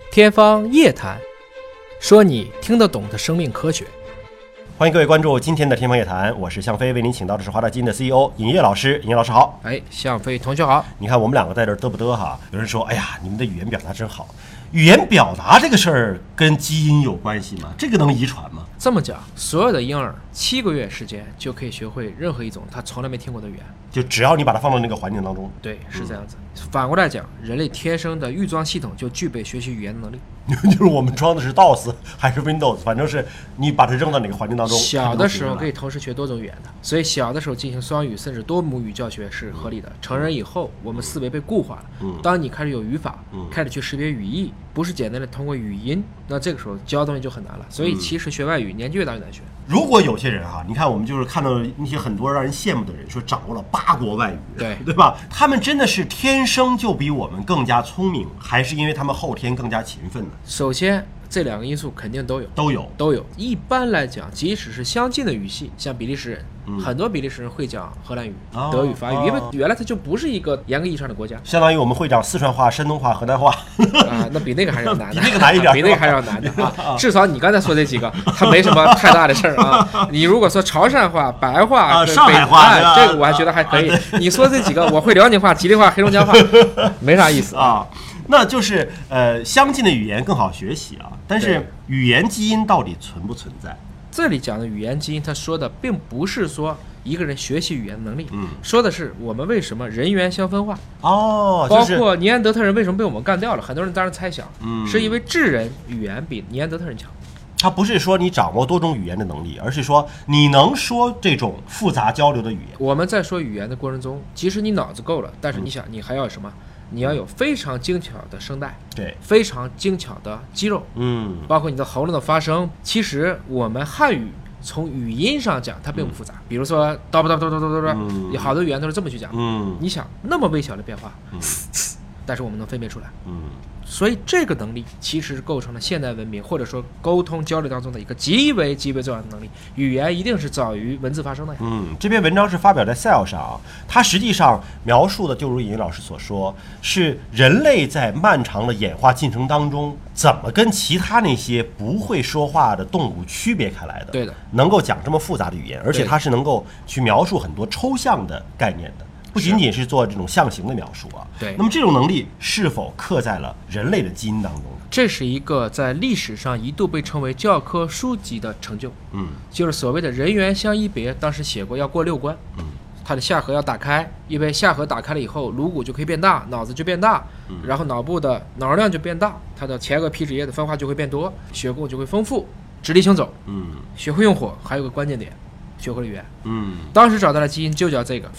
天方夜谭，说你听得懂的生命科学。 欢迎各位关注今天的天方夜谭，我是向飞，为您请到的是华大基因的 CEO 尹烨老师。尹烨老师好。 向飞同学好。 你看我们两个在这嘚不嘚哈？有人说，哎呀，你们的语言表达真好。语言表达这个事儿跟基因有关系吗？这个能遗传吗？ 这么讲，所有的婴儿7个月时间就可以学会任何一种他从来没听过的语言，就只要你把它放到那个环境当中。 对，是这样子。反过来讲，人类天生的预装系统就具备学习语言的能力。 就是我们装的是 DOS 还是 Windows， 反正是你把它扔到哪个环境当中。 小的时候可以同时学多种语言的，所以小的时候进行双语甚至多母语教学是合理的。成人以后，我们思维被固化了。当你开始有语法，开始去识别语义，不是简单的通过语音，那这个时候教东西就很难了。所以其实学外语年纪越大越难学。 如果有些人哈，你看我们就是看到那些很多让人羡慕的人，说掌握了8国外语，对吧？他们真的是天生就比我们更加聪明，还是因为他们后天更加勤奋呢？ 首先，这2个因素肯定都有。一般来讲，即使是相近的语系，像比利时人，很多比利时人会讲荷兰语、德语、法语，因为原来它就不是一个严格意义上的国家。 相当于我们会讲四川话、山东话、河南话那比那个还是要难的， 比那个难一点， 比那个还是要难的啊。至少你刚才说这几个，它没什么太大的事儿啊。你如果说潮汕话、白话、 上海话， 这个我还觉得还可以。你说这几个，我会辽宁话、吉林话、黑龙江话，没啥意思啊。 那就是相近的语言更好学习啊，但是语言基因到底存不存在？ 这里讲的语言基因，他说的并不是说一个人学习语言能力，说的是我们为什么人猿相分化包括尼安德特人为什么被我们干掉了，很多人当然猜想，是因为智人语言比尼安德特人强。 它不是说你掌握多种语言的能力，而是说你能说这种复杂交流的语言。 我们在说语言的过程中，即使你脑子够了，但是你想，你还要什么？你要有非常精巧的声带， 对， 非常精巧的肌肉，包括你的喉咙的发声。其实我们汉语从语音上讲，它并不复杂。比如说叨不叨叨叨叨叨，有好多语言都是这么去讲。你想那么微小的变化，但是我们能分辨出来。所以这个能力其实构成了现代文明或者说沟通交流当中的一个极为重要的能力。语言一定是早于文字发生的呀。 这篇文章是发表在 Cell 上啊，它实际上描述的就如尹老师所说，是人类在漫长的演化进程当中怎么跟其他那些不会说话的动物区别开来的。 对的， 能够讲这么复杂的语言，而且它是能够去描述很多抽象的概念的。不仅仅是做这种象形的描述啊， 对。 那么这种能力是否刻在了人类的基因当中呢？ 这是一个在历史上一度被称为教科书级的成就，就是所谓的人猿相依别，当时写过要过6关，他的下颌要打开，因为下颌打开了以后，颅骨就可以变大，脑子就变大，然后脑部的脑容量就变大，它的前额皮脂液的分化就会变多，血供就会丰富，直立行走，学会用火，还有个关键点。学会了语言，当时找到了基因就叫这个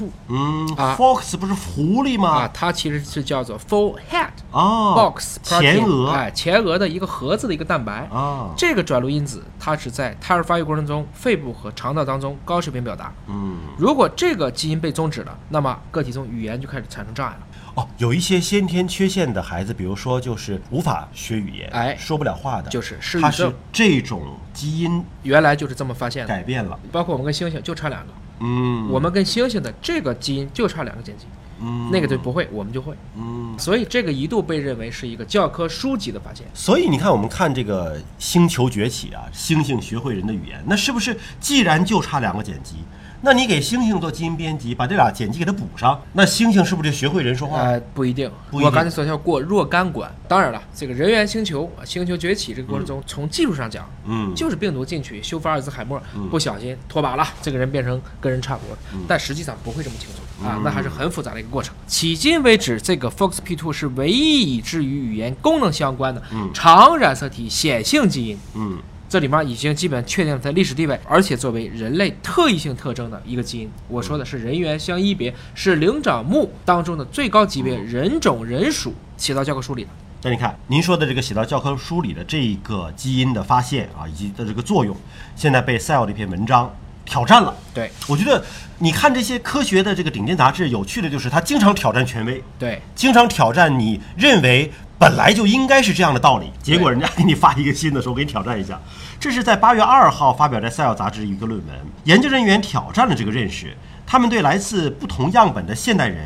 FOXP2，Fox 不是狐狸吗？ 它其实是叫做 forehead，Box 前额的一个盒子的一个蛋白，这个转录因子它是在胎儿发育过程中肺部和肠道当中高水平表达，如果这个基因被终止了，那么个体中语言就开始产生障碍了。 有一些先天缺陷的孩子，比如说就是无法学语言，说不了话的， 就是失语症。 它是这种基因原来就是这么发现的， 改变了。 包括我们跟猩猩就差2个，我们跟猩猩的这个基因就差2个碱基，那个就不会，我们就会，所以这个一度被认为是一个教科书级的发现。 所以你看，我们看这个《星球崛起》啊，猩猩学会人的语言，那是不是既然就差2个碱基？那你给猩猩做基因编辑，把这俩碱基给它补上，那猩猩是不是就学会人说话？ 不一定。我刚才说要过若干关。当然了，这个人猿星球崛起这个过程中，从技术上讲，就是病毒进去修复阿尔兹海默，不小心脱靶了，这个人变成跟人差不多，但实际上不会这么轻松啊，那还是很复杂的一个过程。迄今为止，这个 FOXP2 是唯一已知与语言功能相关的常染色体显性基因。这里面已经基本确定了它的历史地位，而且作为人类特异性特征的一个基因。我说的是人猿相依别，是灵长目当中的最高级别人种人属写到教科书里的。 那你看您说的这个写到教科书里的这个基因的发现啊，以及的这个作用，现在被 Cell 的一篇文章挑战了。 对， 我觉得你看这些科学的这个顶尖杂志，有趣的就是它经常挑战权威， 对， 经常挑战你认为本来就应该是这样的道理，结果人家给你发一个新的说，我给你挑战一下。这是在8月2号发表在 Cell 杂志一个论文，研究人员挑战了这个认识，他们对来自不同样本的现代人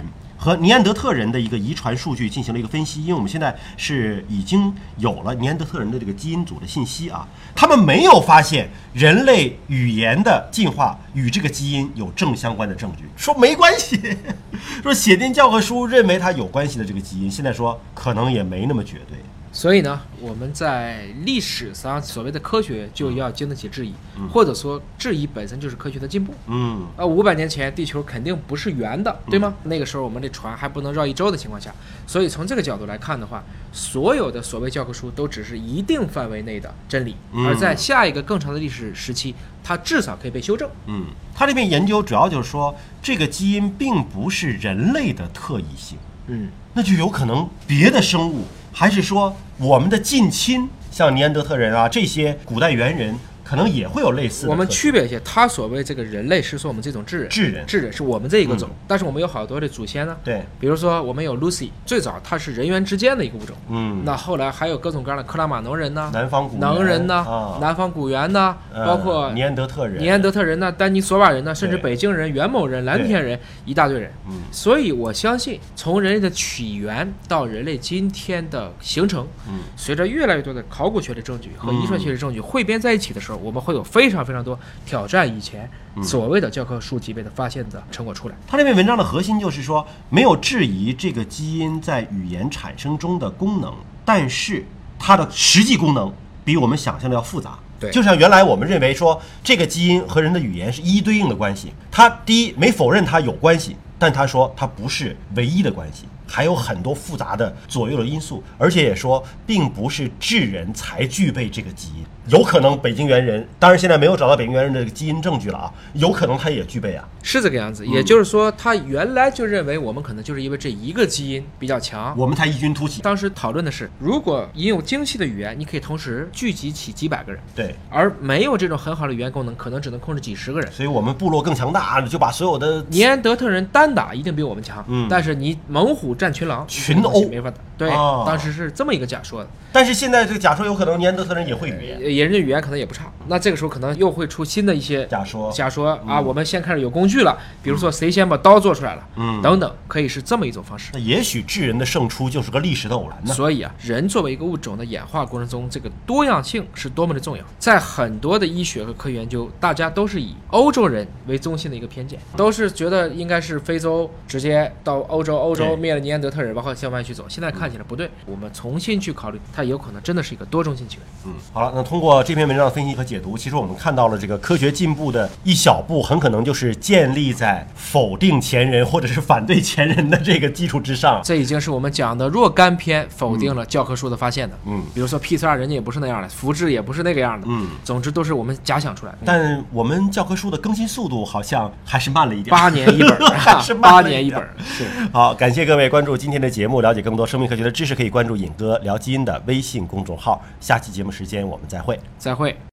和尼安德特人的一个遗传数据进行了一个分析，因为我们现在是已经有了尼安德特人的这个基因组的信息啊，他们没有发现人类语言的进化与这个基因有正相关的证据，说没关系，说写进教科书认为它有关系的这个基因，现在说可能也没那么绝对。 所以呢，我们在历史上所谓的科学就要经得起质疑，或者说质疑本身就是科学的进步。500年前地球肯定不是圆的，对吗？那个时候我们的船还不能绕一周的情况下，所以从这个角度来看的话，所有的所谓教科书都只是一定范围内的真理，而在下一个更长的历史时期，它至少可以被修正。 他这篇研究主要就是说，这个基因并不是人类的特异性，那就有可能别的生物。还是说我们的近亲，像尼安德特人啊这些古代猿人，可能也会有类似的。 我们区别一些，他所谓这个人类是说我们这种智人是我们这一个种，但是我们有好多的祖先呢。 对， 比如说我们有 Lucy， 最早它是人猿之间的一个物种。那后来还有各种各样的克拉玛农人呐， 南方古能人呐，南方古猿呐，包括尼安德特人呐，丹尼索瓦人呐，甚至北京人、元谋人、蓝田人，一大堆人。所以我相信，从人类的起源到人类今天的形成，随着越来越多的考古学的证据和遗传学的证据汇编在一起的时候，我们会有非常非常多挑战以前所谓的教科书级别的发现的成果出来。 他这篇文章的核心就是说，没有质疑这个基因在语言产生中的功能，但是它的实际功能比我们想象的要复杂。 对， 就像原来我们认为说这个基因和人的语言是一一对应的关系，他第一没否认它有关系，但他说它不是唯一的关系，还有很多复杂的左右的因素，而且也说并不是智人才具备这个基因，有可能北京猿人，当然现在没有找到北京猿人的基因证据了啊，有可能他也具备啊， 是这个样子。也就是说，他原来就认为我们可能就是因为这一个基因比较强， 我们才异军突起。 当时讨论的是，如果你有精细的语言，你可以同时聚集起几百个人， 对， 而没有这种很好的语言功能，可能只能控制几十个人。 所以我们部落更强大，就把所有的尼安德特人单打一定比我们强，但是你猛虎战群狼， 群殴没法打。对，当时是这么一个假说的。 但是现在这个假说有可能尼安德特人也会语言， 人的语言可能也不差。那这个时候可能又会出新的一些假说啊，我们先开始有工具了，比如说谁先把刀做出来了，等等，可以是这么一种方式。 那也许智人的胜出就是个历史的偶然呢。 所以啊，人作为一个物种的演化过程中，这个多样性是多么的重要。在很多的医学和科学研究，大家都是以欧洲人为中心的一个偏见，都是觉得应该是非洲直接到欧洲灭了尼安德特人，然后向外去走。现在看起来不对，我们重新去考虑，它有可能真的是一个多种性起源。 好了，那通过这篇文章的分析和解读，其实我们看到了这个科学进步的一小步，很可能就是建立在否定前人或者是反对前人的这个基础之上。 这已经是我们讲的若干篇否定了教科书的发现的。比如说 PCR 人家也不是那样的，复制也不是那个样的。总之都是我们假想出来的。 但我们教科书的更新速度好像还是慢了一点 ，8年一本， 还是慢了一点 8年一本。是。 好，感谢各位关注今天的节目，了解更多生命科学的知识，可以关注尹哥聊基因的微信公众号。下期节目时间我们再会。